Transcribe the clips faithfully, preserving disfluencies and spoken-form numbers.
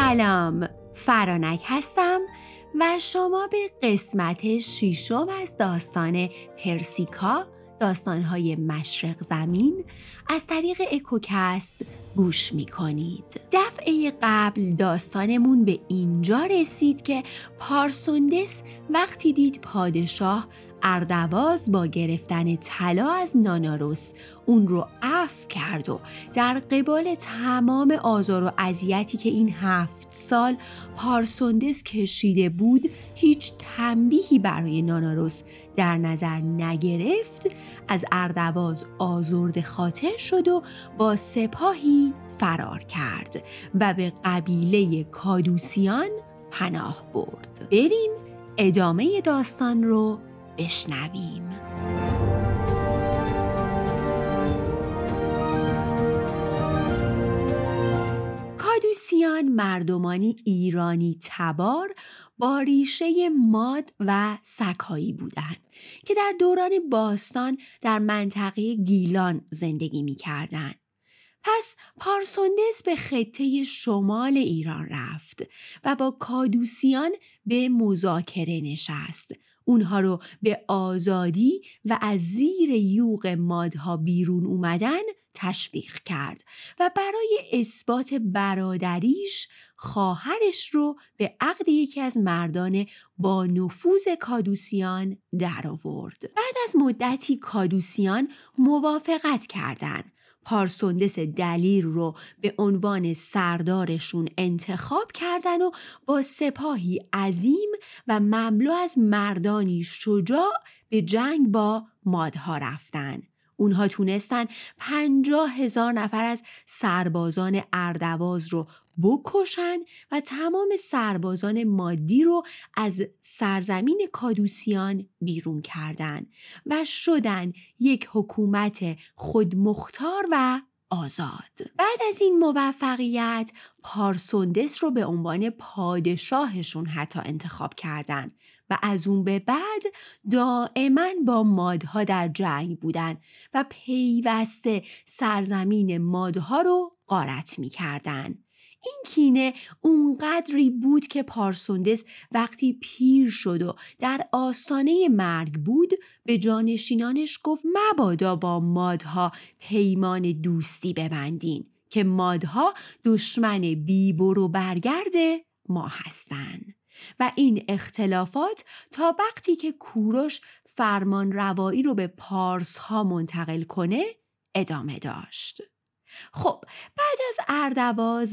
سلام، فرانک هستم و شما به قسمت ششم از داستان پرسیکا، داستان‌های مشرق زمین از طریق اکوکست گوش می‌کنید. دفعه قبل داستانمون به اینجا رسید که پارسوندس وقتی دید پادشاه اردواز با گرفتن طلا از ناناروس اون رو عفو کرد و در قبال تمام آزار و اذیتی که این هفت سال پارسوندس کشیده بود هیچ تنبیهی برای ناناروس در نظر نگرفت، از اردواز آزرده خاطر شد و با سپاهی فرار کرد و به قبیله کادوسیان پناه برد. بریم ادامه داستان رو بشنویم. کادوسیان مردمانی ایرانی تبار با ریشه ماد و سکایی بودند که در دوران باستان در منطقه گیلان زندگی می کردن. پس پارسوندس به خطه شمال ایران رفت و با کادوسیان به مذاکره نشست. اونها رو به آزادی و از زیر یوغ مادها بیرون اومدن تشویق کرد و برای اثبات برادریش خواهرش رو به عقد یکی از مردان با نفوذ کادوسیان در آورد. بعد از مدتی کادوسیان موافقت کردند. پارسوندس دلیر رو به عنوان سردارشون انتخاب کردن و با سپاهی عظیم و مملو از مردانی شجاع به جنگ با مادها رفتن. اونها تونستن پنجاه هزار نفر از سربازان اردواز رو بکشن و تمام سربازان مادی رو از سرزمین کادوسیان بیرون کردن و شدن یک حکومت خودمختار و آزاد. بعد از این موفقیت پارسوندس رو به عنوان پادشاهشون حتی انتخاب کردن و از اون به بعد دائما با مادها در جنگ بودن و پیوسته سرزمین مادها رو غارت می کردن. این کینه اونقدری بود که پارسوندس وقتی پیر شد و در آستانه مرگ بود به جانشینانش گفت مبادا با مادها پیمان دوستی ببندین که مادها دشمن بی‌برو برگرد ما هستن. و این اختلافات تا وقتی که کوروش فرمان روایی رو به پارس ها منتقل کنه ادامه داشت. خب بعد از اردواز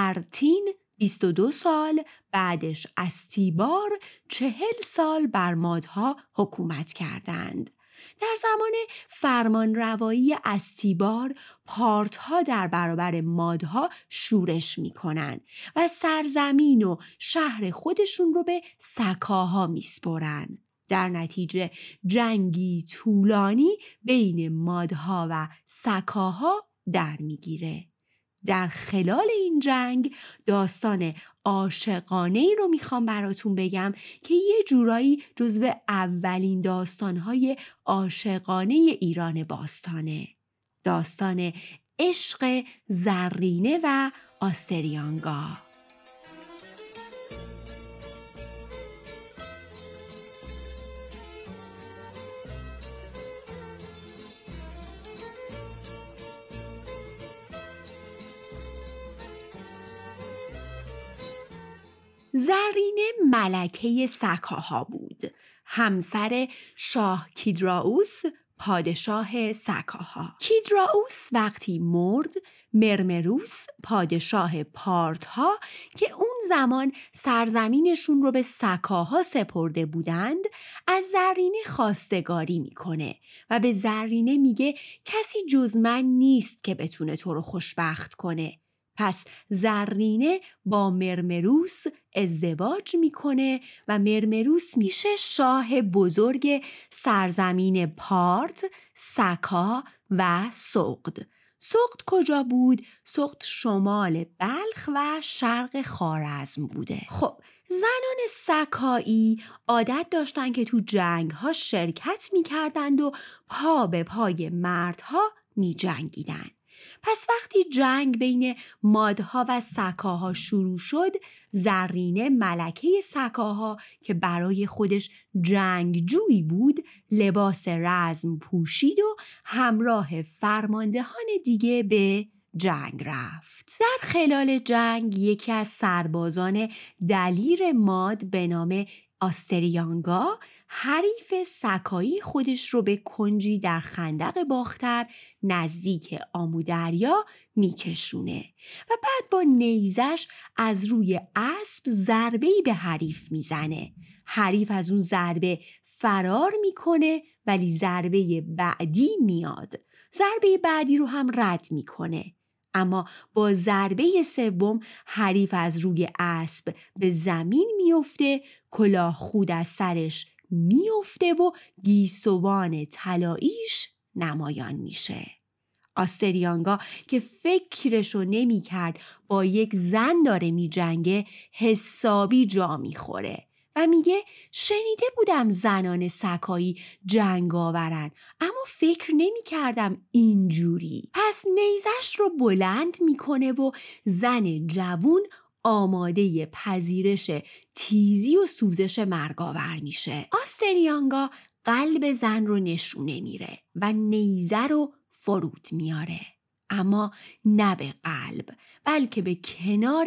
ارتین بیست و دو سال، بعدش استیبار چهل سال بر مادها حکومت کردند. در زمان فرمان روایی استیبار پارتها در برابر مادها شورش می کنن و سرزمین و شهر خودشون رو به سکاها می سپرن. در نتیجه جنگی طولانی بین مادها و سکاها در می گیره. در خلال این جنگ داستان عاشقانه‌ای رو میخوام براتون بگم که یه جورایی جزو اولین داستانهای عاشقانه ایران باستانه. داستان عشق زرینه و آستریانگا. زرینه ملکه سکاها بود، همسر شاه کیدراوس پادشاه سکاها. کیدراوس وقتی مرد، مرمروس پادشاه پارتها که اون زمان سرزمینشون رو به سکاها سپرده بودند از زرینه خواستگاری میکنه و به زرینه میگه کسی جز من نیست که بتونه تو رو خوشبخت کنه. پس زرینه با مرمروس ازدواج میکنه و مرمروس میشه شاه بزرگ سرزمین پارت، سکا و سغد. سغد کجا بود؟ سغد شمال بلخ و شرق خوارزم بوده. خب زنان سکایی عادت داشتن که تو جنگ ها شرکت میکردند و پا به پای مردها میجنگیدن. پس وقتی جنگ بین مادها و سکاها شروع شد، زرینه ملکه سکاها که برای خودش جنگجویی بود لباس رزم پوشید و همراه فرماندهان دیگه به جنگ رفت. در خلال جنگ یکی از سربازان دلیر ماد به نام آستریانگا حریف سکایی خودش رو به کنجی در خندق باختر نزدیک آمودریا میکشونه و بعد با نیزش از روی اسب ضربه‌ای به حریف میزنه. حریف از اون ضربه فرار میکنه ولی ضربه بعدی میاد. ضربه بعدی رو هم رد میکنه. اما با ضربه سوم حریف از روی اسب به زمین میفته، کلاه خود از سرش میفته و گیسوان طلاییش نمایان میشه. آستریانگا که فکرشو نمی کرد با یک زن داره می جنگه حسابی جا میخوره و میگه شنیده بودم زنان سکایی جنگ آورن اما فکر نمی کردم اینجوری. پس نیزش رو بلند میکنه و زن جوون آماده پذیرش تیزی و سوزش مرگاور میشه. آستریانگا قلب زن رو نشونه میره و نیزه رو فرود میاره، اما نه به قلب بلکه به کنار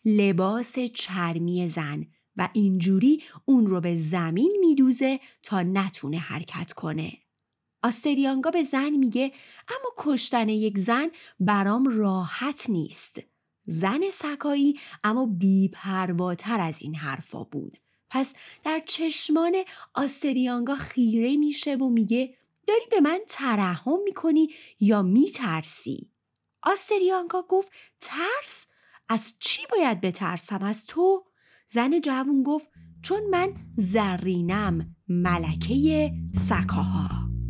لباس چرمی زن و اینجوری اون رو به زمین میدوزه تا نتونه حرکت کنه. آستریانگا به زن میگه اما کشتن یک زن برام راحت نیست. زن سکایی اما بی‌پرواتر از این حرفا بود. پس در چشمان آستریانگا خیره میشه و میگه داری به من ترحم میکنی یا میترسی؟ آستریانگا گفت ترس؟ از چی باید بترسم؟ از تو؟ زن جوون گفت چون من زرینم، ملکه سکاها.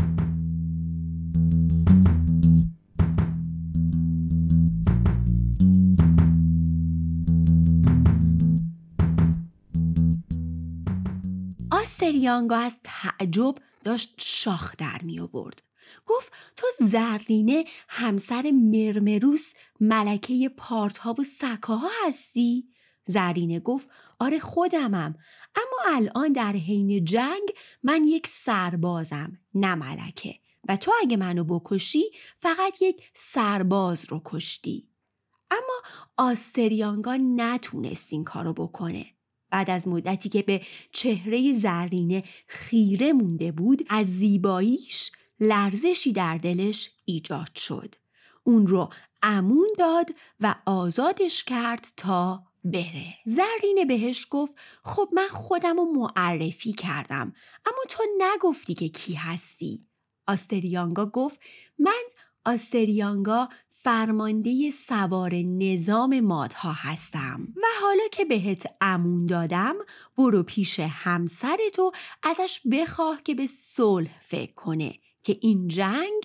آستریانگا از تعجب داشت شاخ در می آورد. گفت تو زرینه همسر مرمروس ملکه پارتها و سکاها هستی؟ زرینه گفت آره خودمم، اما الان در حین جنگ من یک سربازم نه ملکه و تو اگه منو بکشی فقط یک سرباز رو کشتی. اما آستریانگا نتونست این کارو بکنه. بعد از مدتی که به چهره زرینه خیره مونده بود از زیباییش لرزشی در دلش ایجاد شد. اون رو امون داد و آزادش کرد تا بره. زرینه بهش گفت خب من خودم رو معرفی کردم اما تو نگفتی که کی هستی. آستریانگا گفت من آستریانگا فرمانده سوار نظام مادها هستم و حالا که بهت امون دادم برو پیش همسرتو ازش بخواه که به صلح فکر کنه که این جنگ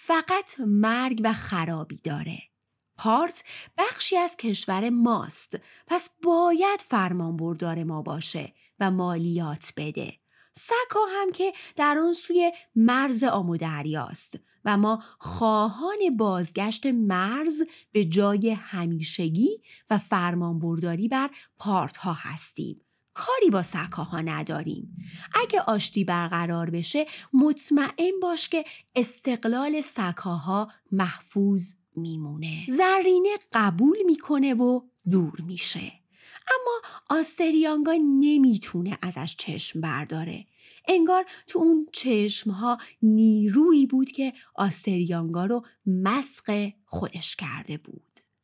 فقط مرگ و خرابی داره. پارت بخشی از کشور ماست، پس باید فرمانبردار ما باشه و مالیات بده. سکا هم که در آن سوی مرز آمودریاست و ما خواهان بازگشت مرز به جای همیشگی و فرمانبرداری بر پارتها هستیم. کاری با سکاها نداریم. اگه آشتی برقرار بشه مطمئن باش که استقلال سکاها محفوظ میمونه. زرینه قبول میکنه و دور میشه. اما آستریانگا نمیتونه ازش چشم برداره. انگار تو اون چشمها نیرویی بود که آستریانگا رو مسخ خودش کرده بود.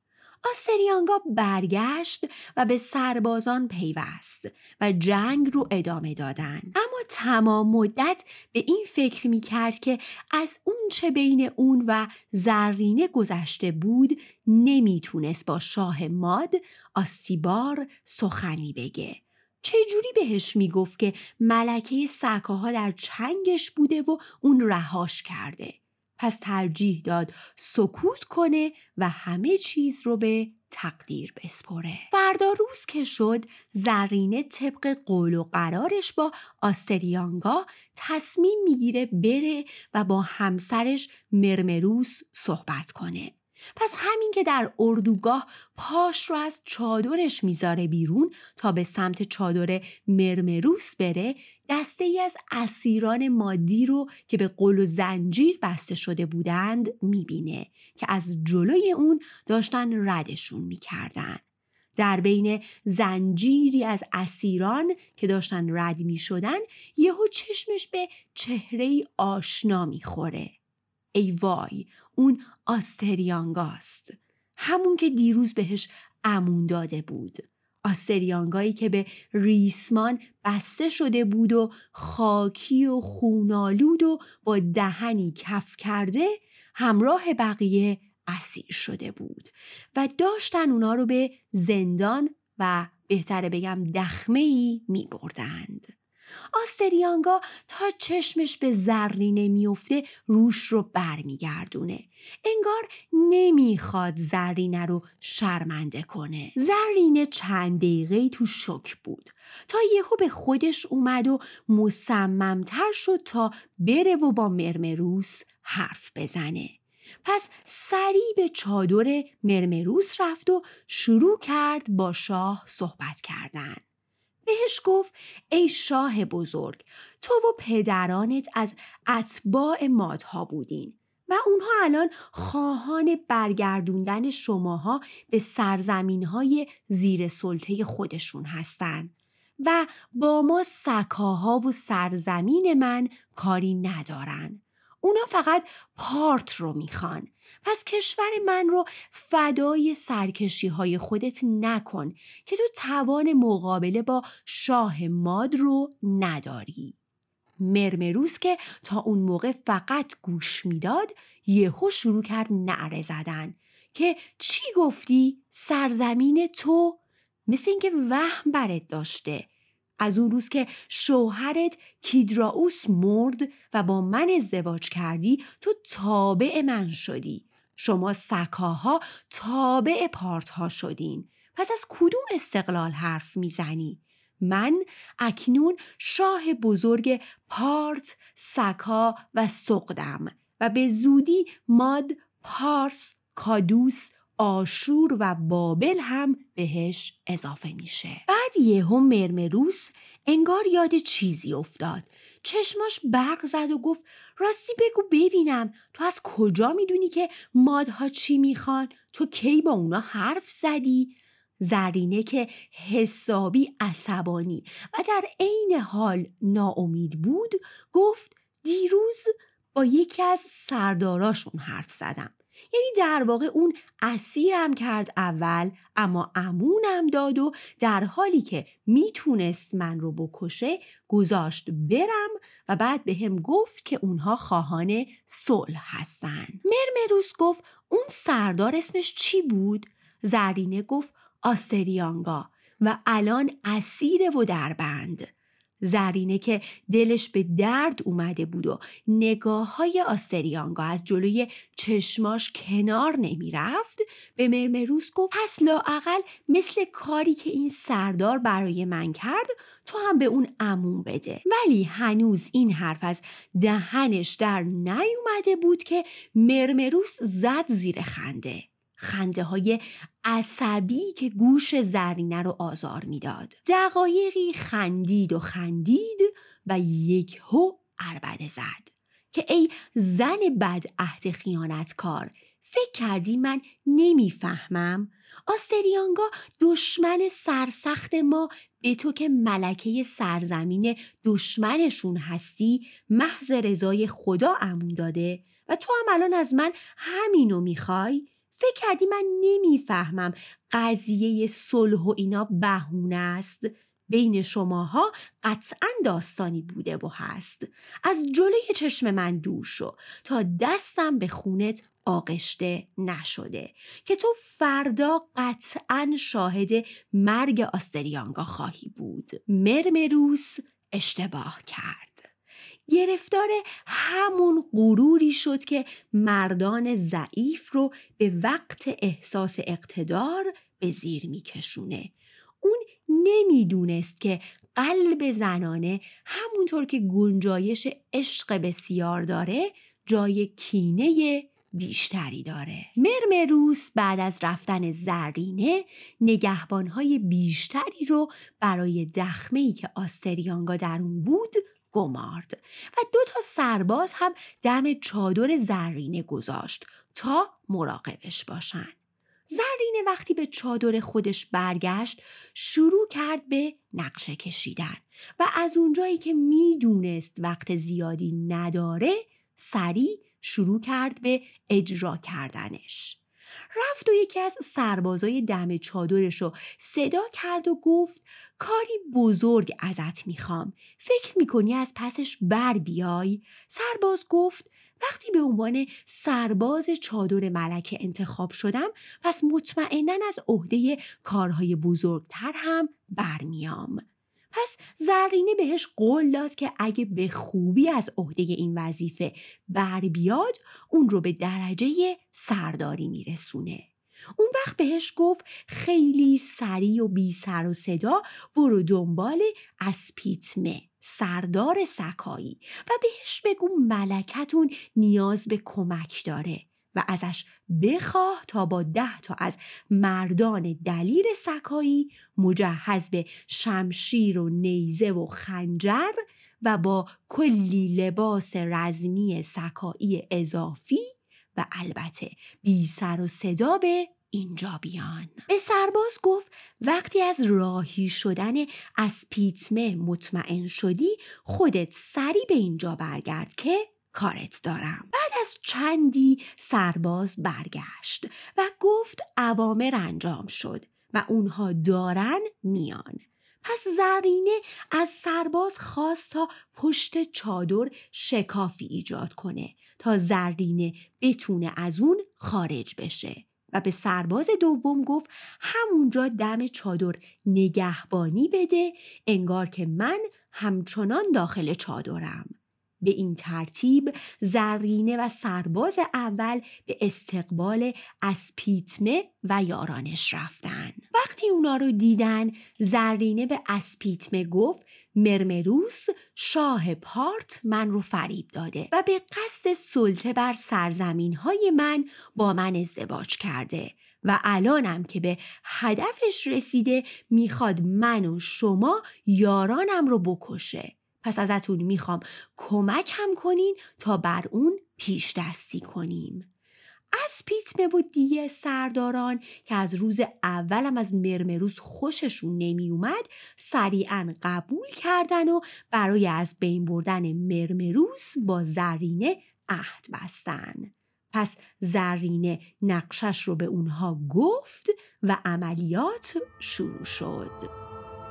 آستریانگا برگشت و به سربازان پیوست و جنگ رو ادامه دادن. اما تمام مدت به این فکر می کرد که از اون چه بین اون و زرینه گذشته بود نمیتونست با شاه ماد آستیبار سخنی بگه. چجوری بهش میگفت که ملکه سکاها در چنگش بوده و اون رهاش کرده؟ پس ترجیح داد سکوت کنه و همه چیز رو به تقدیر بسپره. فردا روز که شد زرینه طبق قول و قرارش با آستریانگا تصمیم میگیره بره و با همسرش مرمروس صحبت کنه. پس همین که در اردوگاه پاش رو از چادرش میذاره بیرون تا به سمت چادر مرمروس بره، دسته ای از اسیران مادی رو که به قل و زنجیر بسته شده بودند میبینه که از جلوی اون داشتن ردشون میکردن. در بین زنجیری از اسیران که داشتن رد میشدن یهو چشمش به چهره‌ای آشنا میخوره. ای وای، اون آستریانگاست، همون که دیروز بهش امون داده بود. آستریانگایی که به ریسمان بسته شده بود و خاکی و خونالود و با دهنی کف کرده همراه بقیه اسیر شده بود و داشتن اونا رو به زندان و بهتره بگم دخمه‌ای می بردند. آستریانگا تا چشمش به زرینه میفته روش رو بر میگردونه. انگار نمیخواد زرینه رو شرمنده کنه. زرینه چند دقیقه تو شوک بود تا یهو به خودش اومد و مصممتر شد تا بره و با مرمروس حرف بزنه. پس سریع به چادر مرمروس رفت و شروع کرد با شاه صحبت کردن. بهش گفت ای شاه بزرگ، تو و پدرانت از اتباع مادها بودین و اونها الان خواهان برگردوندن شماها به سرزمینهای زیر سلطه خودشون هستن و با ما سکاها و سرزمین من کاری ندارن. اونا فقط پارت رو میخوان. پس کشور من رو فدای سرکشی های خودت نکن که تو توان مقابله با شاه ماد رو نداری. مرمروس که تا اون موقع فقط گوش میداد یهو شروع کرد نعره زدن که چی گفتی؟ سرزمین تو؟ مثل اینکه وهم برات داشته. از اون روز که شوهرت کیدراوس مرد و با من ازدواج کردی تو تابع من شدی. شما سکاها تابع پارتها شدین. پس از کدوم استقلال حرف میزنی؟ من اکنون شاه بزرگ پارت، سکا و سقدم و به زودی ماد، پارس، کادوس، آشور و بابل هم بهش اضافه میشه. بعد یهو مرمروس انگار یاد چیزی افتاد. چشماش برق زد و گفت راستی بگو ببینم، تو از کجا میدونی که مادها چی میخوان؟ تو کی با اونا حرف زدی؟ زرینه که حسابی عصبانی و در عین حال ناامید بود گفت دیروز با یکی از سرداراشون حرف زدم. یعنی در واقع اون اسیرم کرد اول، اما امونم داد و در حالی که میتونست من رو بکشه گذاشت برم و بعد به هم گفت که اونها خواهان صلح هستن. مرمروس گفت اون سردار اسمش چی بود؟ زرینه گفت آستریانگا و الان اسیره و در بند. زرینه که دلش به درد اومده بود و نگاه های آستریانگا از جلوی چشماش کنار نمی رفت به مرمروس گفت پس لااقل مثل کاری که این سردار برای من کرد تو هم به اون عموم بده. ولی هنوز این حرف از دهنش در نیومده بود که مرمروس زد زیر خنده. خنده های عصبی که گوش زرینه رو آزار میداد. دقایقی خندید و خندید و یک هو عربده زد که ای زن بد عهد خیانتکار، فکر کردی من نمیفهمم؟ آستریانگا دشمن سرسخت ما به تو که ملکه سرزمین دشمنشون هستی محض رضای خدا امون داده و تو هم الان از من همینو میخوای؟ فکر کردی من نمیفهمم قضیه صلح و اینا بهونه است؟ بین شماها قطعا داستانی بوده و هست. از جلوی چشم من دور شو تا دستم به خونت آغشته نشده که تو فردا قطعا شاهد مرگ آستریانگا خواهی بود. مرمروس اشتباه کرد. گرفتار همون غروری شد که مردان ضعیف رو به وقت احساس اقتدار به زیر میکشونه. اون نمیدونست که قلب زنانه همونطور که گنجایش عشق بسیار داره جای کینه بیشتری داره. مرمروس بعد از رفتن زرینه نگهبانهای بیشتری رو برای دخمه‌ای که آستریانگا در اون بود گمارد و دو تا سرباز هم دم چادر زرینه گذاشت تا مراقبش باشن. زرینه وقتی به چادر خودش برگشت شروع کرد به نقشه کشیدن و از اونجایی که میدونست وقت زیادی نداره سریع شروع کرد به اجرا کردنش. رفت و یکی از سربازای دم چادرش رو صدا کرد و گفت کاری بزرگ ازت میخوام. فکر میکنی از پسش بر بیای؟ سرباز گفت وقتی به عنوان سرباز چادر ملکه انتخاب شدم پس مطمئناً از عهده کارهای بزرگتر هم برمیام. پس زرینه بهش قول داد که اگه به خوبی از عهده این وظیفه بر بیاد اون رو به درجه سرداری میرسونه. اون وقت بهش گفت خیلی سریع و بی سر و صدا برو دنبال اسپیتمه سردار سکایی و بهش بگو ملکتون نیاز به کمک داره و ازش بخواه تا با ده تا از مردان دلیر سکایی مجهز به شمشیر و نیزه و خنجر و با کلی لباس رزمی سکایی اضافی و البته بی سر و صدا به اینجا بیان. به سرباز گفت وقتی از راهی شدن اسپیتمه مطمئن شدی خودت سری به اینجا برگرد که کارت دارم. بعد از چندی سرباز برگشت و گفت اوامر انجام شد و اونها دارن میان. پس زرینه از سرباز خواست تا پشت چادر شکافی ایجاد کنه تا زرینه بتونه از اون خارج بشه و به سرباز دوم گفت همونجا دم چادر نگهبانی بده انگار که من همچنان داخل چادرم. به این ترتیب زرینه و سرباز اول به استقبال اسپیتمه و یارانش رفتن. وقتی اونا رو دیدن زرینه به اسپیتمه گفت مرمروس شاه پارت من رو فریب داده و به قصد سلطه بر سرزمین های من با من ازدواج کرده و الانم که به هدفش رسیده میخواد من و شما یارانم رو بکشه. پس ازتون میخوام کمک هم کنین تا بر اون پیش دستی کنیم. اسپیتمه و دیگه سرداران که از روز اولم از مرمروس خوششون نمی اومد سریعا قبول کردن و برای از بین بردن مرمروس با زرینه عهد بستن. پس زرینه نقشش رو به اونها گفت و عملیات شروع شد.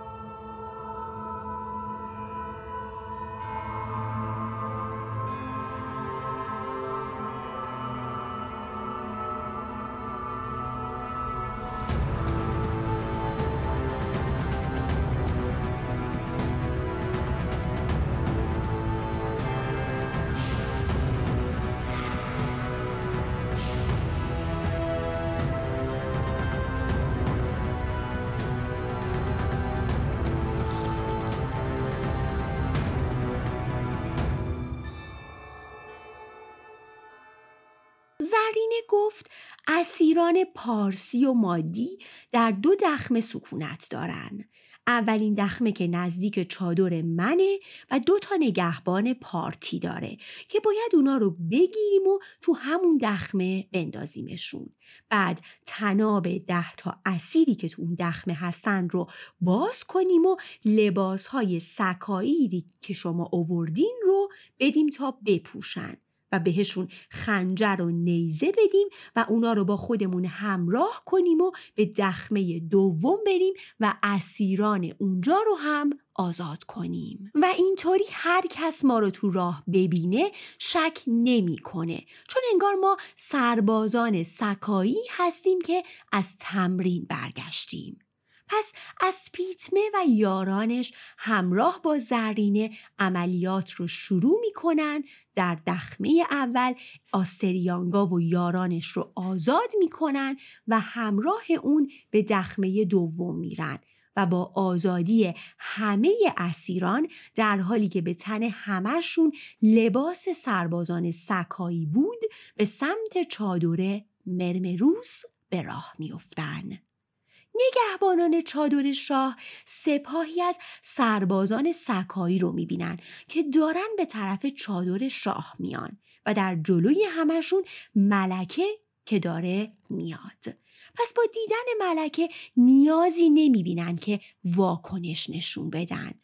زرینه گفت اسیران پارسی و مادی در دو دخمه سکونت دارن. اولین دخمه که نزدیک چادر منه و دو تا نگهبان پارتی داره که باید اونا رو بگیریم و تو همون دخمه بندازیمشون. بعد تناب ده تا اسیری که تو اون دخمه هستن رو باز کنیم و لباسهای سکایی که شما آوردین رو بدیم تا بپوشن و بهشون خنجر و نیزه بدیم و اونا رو با خودمون همراه کنیم و به دخمه دوم بریم و اسیران اونجا رو هم آزاد کنیم و اینطوری هر کس ما رو تو راه ببینه شک نمی کنه، چون انگار ما سربازان سکایی هستیم که از تمرین برگشتیم. پس اسپیتمه و یارانش همراه با زرینه عملیات رو شروع میکنن. در دخمه اول آستریانگا و یارانش رو آزاد میکنن و همراه اون به دخمه دوم میرن و با آزادی همه اسیران در حالی که به تن همه‌شون لباس سربازان سکایی بود به سمت چادر مرمروس به راه می‌افتند. نگهبانان چادر شاه سپاهی از سربازان سکایی رو می‌بینن که دارن به طرف چادر شاه میان و در جلوی همه‌شون ملکه که داره میاد. پس با دیدن ملکه نیازی نمی‌بینن که واکنش نشون بدن.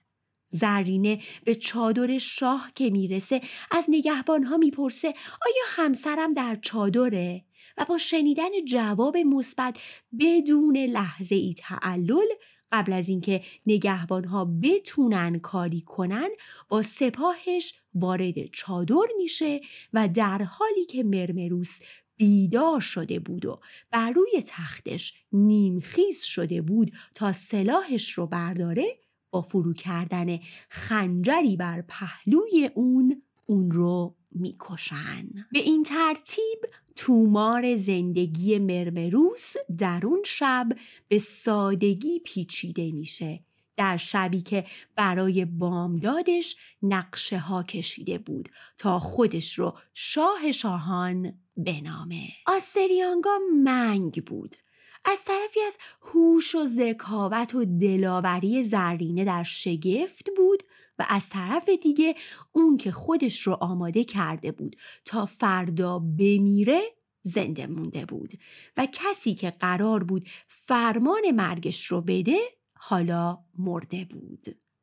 زرینه به چادر شاه که میرسه از نگهبانها میپرسه آیا همسرم در چادره؟ و با شنیدن جواب مثبت بدون لحظه ای تعلل قبل از اینکه نگهبانها بتونن کاری کنن با سپاهش وارد چادر میشه و در حالی که مرمروس بیدار شده بود و بر روی تختش نیمخیز شده بود تا سلاحش رو برداره با فرو کردن خنجری بر پهلوی اون اون رو میکشن. به این ترتیب تومار زندگی مرمروس در اون شب به سادگی پیچیده میشه، در شبی که برای بامدادش نقشه ها کشیده بود تا خودش رو شاه شاهان بنامه. آستریانگا منگ بود. از طرفی از هوش و ذکاوت و دلاوری زرینه در شگفت بود و از طرف دیگه اون که خودش رو آماده کرده بود تا فردا بمیره زنده مونده بود و کسی که قرار بود فرمان مرگش رو بده حالا مرده بود.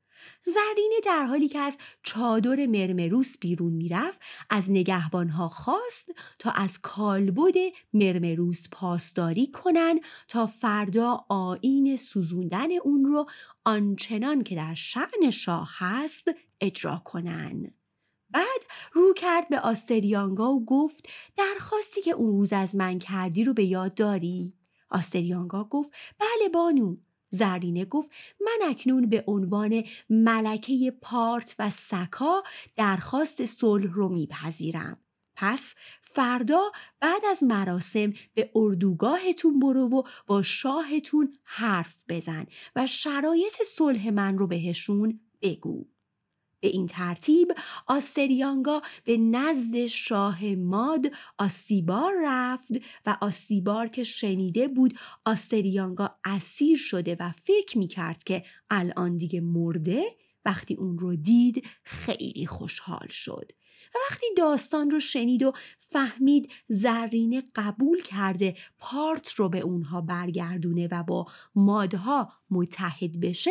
زرینه در حالی که از چادر مرمروس بیرون میرفت از نگهبانها خواست تا از کالبد مرمروس پاسداری کنن تا فردا آیین سوزوندن اون رو آنچنان که در شأن شاه هست اجرا کنن. بعد رو کرد به آستریانگا و گفت درخواستی که اون روز از من کردی رو به یاد داری؟ آستریانگا گفت بله بانو. زرینه گفت من اکنون به عنوان ملکه پارت و سکا درخواست صلح رو میپذیرم. پس فردا بعد از مراسم به اردوگاهتون برو و با شاهتون حرف بزن و شرایط صلح من رو بهشون بگو. به این ترتیب آستریانگا به نزد شاه ماد آستیبار رفت و آستیبار که شنیده بود آستریانگا اسیر شده و فکر میکرد که الان دیگه مرده، وقتی اون رو دید خیلی خوشحال شد و وقتی داستان رو شنید و فهمید زرینه قبول کرده پارت رو به اونها برگردونه و با مادها متحد بشه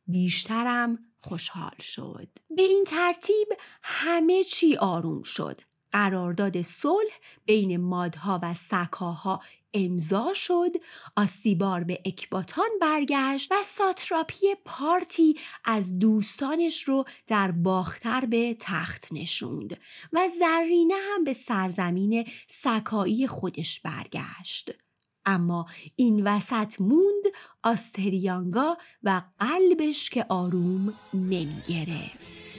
بیشترم خوشحال شد. به این ترتیب همه چی آروم شد. قرارداد صلح بین مادها و سکاها امضا شد، آستیبار به اکباتان برگشت و ساتراپی پارتی از دوستانش رو در باختر به تخت نشوند و زرینه هم به سرزمین سکایی خودش برگشت. اما این وسط موند آستریانگا و قلبش که آروم نمی گرفت.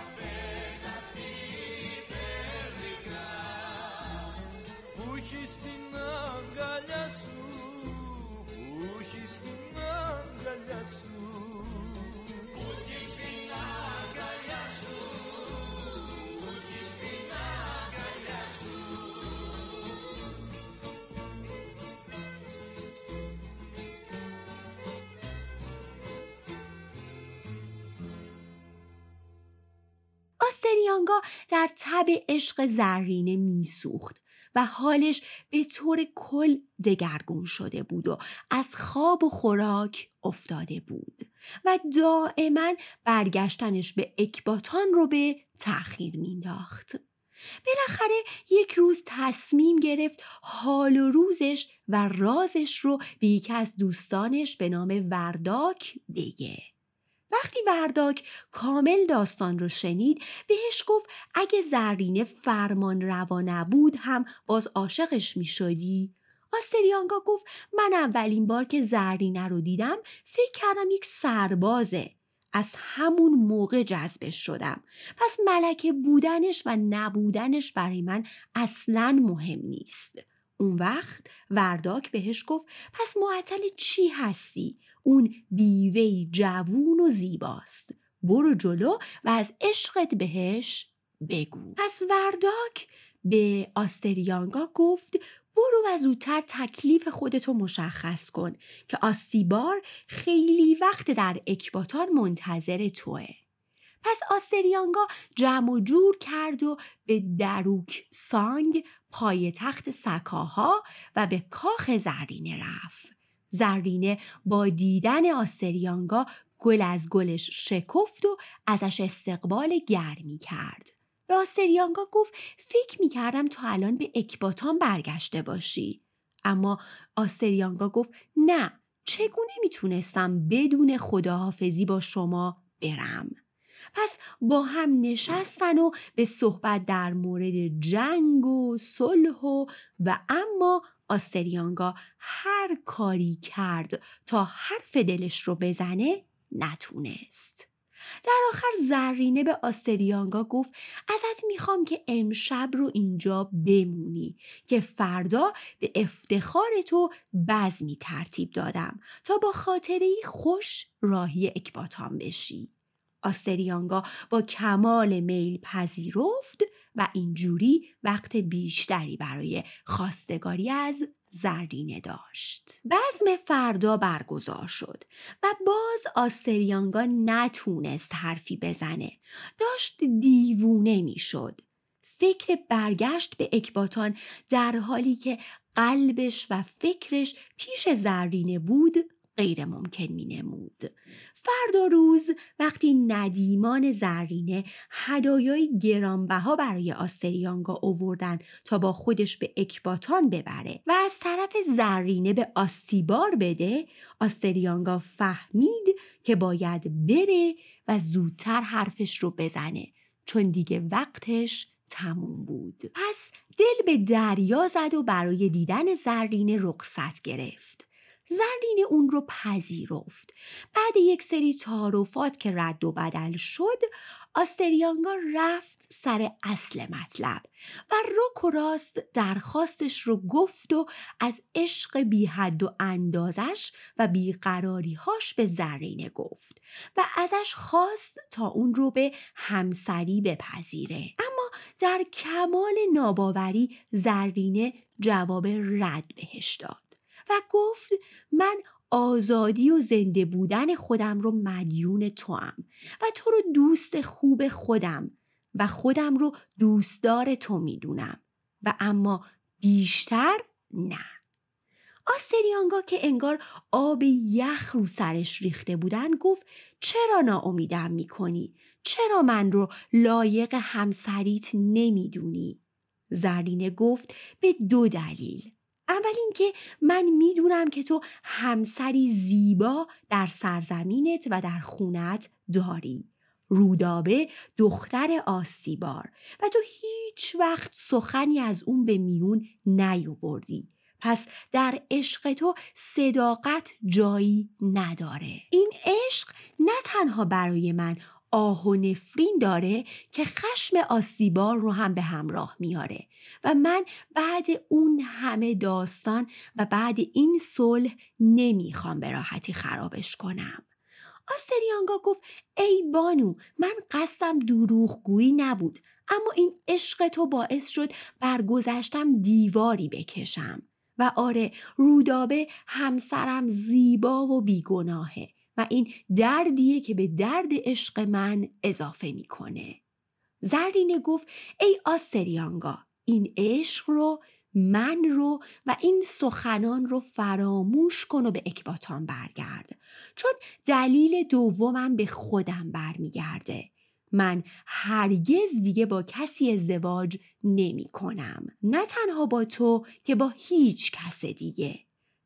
آستریانگا در تب عشق زرینه میسوخت و حالش به طور کل دگرگون شده بود و از خواب و خوراک افتاده بود و دائما برگشتنش به اکباتان رو به تأخیر مینداخت. بالاخره یک روز تصمیم گرفت حال و روزش و رازش رو به یکی از دوستانش به نام ورداک بگه. وقتی ورداک کامل داستان رو شنید بهش گفت اگه زرینه فرمان روا نبود هم باز عاشقش می شدی؟ آستریانگا گفت من اولین بار که زرینه رو دیدم فکر کردم یک سربازه. از همون موقع جذبش شدم. پس ملکه بودنش و نبودنش برای من اصلاً مهم نیست. اون وقت ورداک بهش گفت پس معطل چی هستی؟ اون بیوه‌ای جوون و زیباست. برو جلو و از عشقت بهش بگو. پس ورداک به آستریانگا گفت برو و زودتر تکلیف خودتو مشخص کن که آستیبار خیلی وقت در اکباتان منتظر توه. پس آستریانگا جمع و جور کرد و به دروک سانگ پای تخت سکاها و به کاخ زرینه رفت. زرینه با دیدن آستریانگا گل از گلش شکفت و ازش استقبال گرمی کرد. به آستریانگا گفت فکر می کردم تا الان به اکباتان برگشته باشی. اما آستریانگا گفت نه، چگونه می تونستم بدون خداحافظی با شما برم؟ پس با هم نشستن و به صحبت در مورد جنگ و صلح و و اما آستریانگا هر کاری کرد تا حرف دلش رو بزنه نتونست. در آخر زرینه به آستریانگا گفت ازت میخوام که امشب رو اینجا بمونی که فردا به افتخار تو بزمی ترتیب دادم تا با خاطره‌ای خوش راهی اکباتان بشی. آستریانگا با کمال میل پذیرفت و اینجوری وقت بیشتری برای خواستگاری از زرینه داشت. بزم فردا برگزار شد و باز آستریانگا نتونست حرفی بزنه. داشت دیوونه می شد. فکر برگشت به اکباتان در حالی که قلبش و فکرش پیش زرینه بود غیر ممکن می نمود. فردا روز وقتی ندیمان زرینه هدایای گرانبها برای آستریانگا آوردن تا با خودش به اکباتان ببره و از طرف زرینه به آستیبار بده، آستریانگا فهمید که باید بره و زودتر حرفش رو بزنه چون دیگه وقتش تموم بود. پس دل به دریا زد و برای دیدن زرینه رخصت گرفت. زرینه اون رو پذیرفت. بعد یک سری تعارفات که رد و بدل شد، آستریانگا رفت سر اصل مطلب و رک و راست درخواستش رو گفت و از عشق بی حد و اندازش و بیقراریهاش به زرینه گفت و ازش خواست تا اون رو به همسری بپذیره. اما در کمال ناباوری زرینه جواب رد بهش داد و گفت من آزادی و زنده بودن خودم رو مدیون توام و تو رو دوست خوب خودم و خودم رو دوستدار تو میدونم و اما بیشتر نه. آستریانگا که انگار آب یخ رو سرش ریخته بودن گفت چرا ناامیدم میکنی؟ چرا من رو لایق همسریت نمیدونی؟ زرینه گفت به دو دلیل. اول این که من میدونم که تو همسری زیبا در سرزمینت و در خونت داری، رودابه دختر آستیبار، و تو هیچ وقت سخنی از اون به میون نیاوردی. پس در عشق تو صداقت جایی نداره. این عشق نه تنها برای من آه و نفرین داره که خشم آستیبار رو هم به همراه میاره و من بعد اون همه داستان و بعد این صلح نمیخوام به راحتی خرابش کنم. آستریانگا گفت ای بانو، من قصدم دروغگویی نبود، اما این عشق تو باعث شد برگذشتم دیواری بکشم و آره، رودابه همسرم زیبا و بیگناهه و این دردیه که به درد عشق من اضافه میکنه. زرینه گفت ای آستریانگا، این عشق رو، من رو و این سخنان رو فراموش کن و به اکباتان برگرد، چون دلیل دومم به خودم برمیگرده. من هرگز دیگه با کسی ازدواج نمی کنم، نه تنها با تو که با هیچ کس دیگه.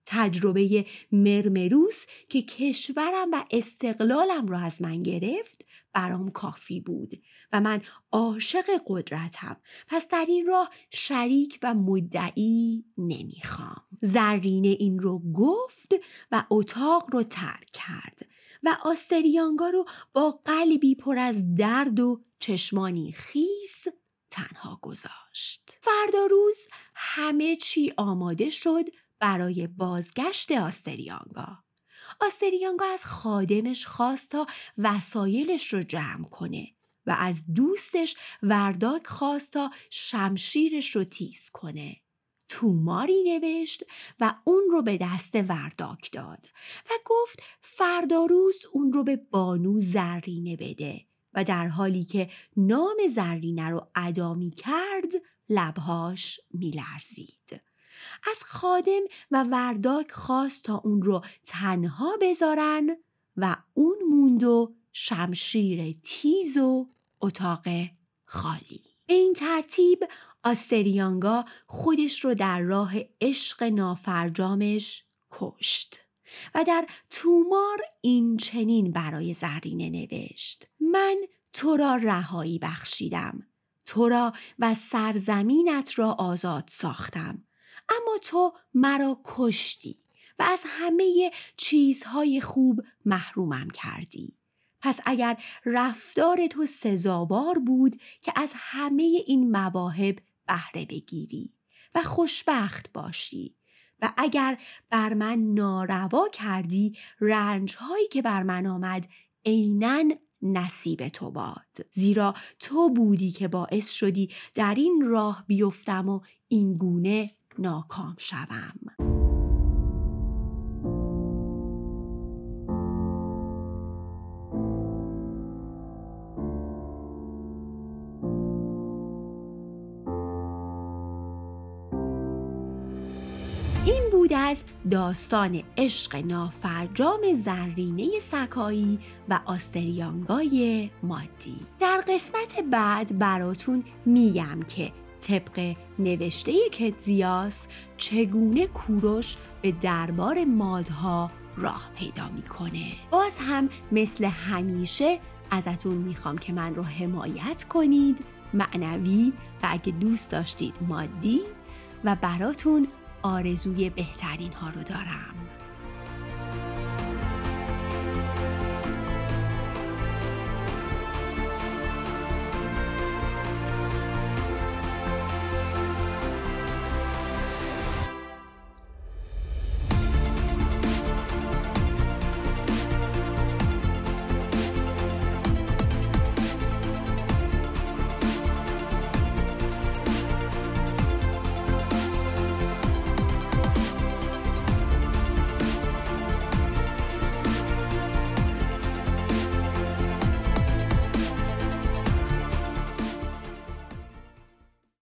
تجربه مرمروس که کشورم و استقلالم را از من گرفت برام کافی بود و من عاشق قدرتم، پس در این راه شریک و مدعی نمیخوام. زرینه این رو گفت و اتاق رو ترک کرد و آستریانگا رو با قلبی پر از درد و چشمانی خیس تنها گذاشت. فردا روز همه چی آماده شد برای بازگشت آستریانگا. آستریانگا از خادمش خواست تا وسایلش رو جمع کنه و از دوستش ورداک خواست تا شمشیرش رو تیز کنه. توماری نوشت و اون رو به دست ورداک داد و گفت فردا روز اون رو به بانو زرینه بده و در حالی که نام زرینه رو ادا می کرد لبهاش می لرزید. از خادم و ورداک خواست تا اون رو تنها بذارن و اون موند و شمشیر تیز و اتاق خالی. به این ترتیب آستریانگا خودش رو در راه عشق نافرجامش کشت و در تومار این چنین برای زرینه نوشت: من تو را رهایی بخشیدم، تو را و سرزمینت را آزاد ساختم، اما تو مرا کشتی و از همه چیزهای خوب محرومم کردی. پس اگر رفتار تو سزاوار بود که از همه این مواهب بهره بگیری و خوشبخت باشی و اگر بر من ناروا کردی، رنجهایی که بر من آمد عیناً نصیب تو باد، زیرا تو بودی که باعث شدی در این راه بیفتم و این گونه ناکام شوم. این بود از داستان عشق نافرجام زرینه سکایی و آستریانگای مادی. در قسمت بعد براتون میگم که طبق نوشته کتزیاس چگونه کوروش به دربار مادها راه پیدا میکنه. باز هم مثل همیشه ازتون میخوام که من رو حمایت کنید، معنوی و اگه دوست داشتید مادی، و براتون آرزوی بهترین ها رو دارم.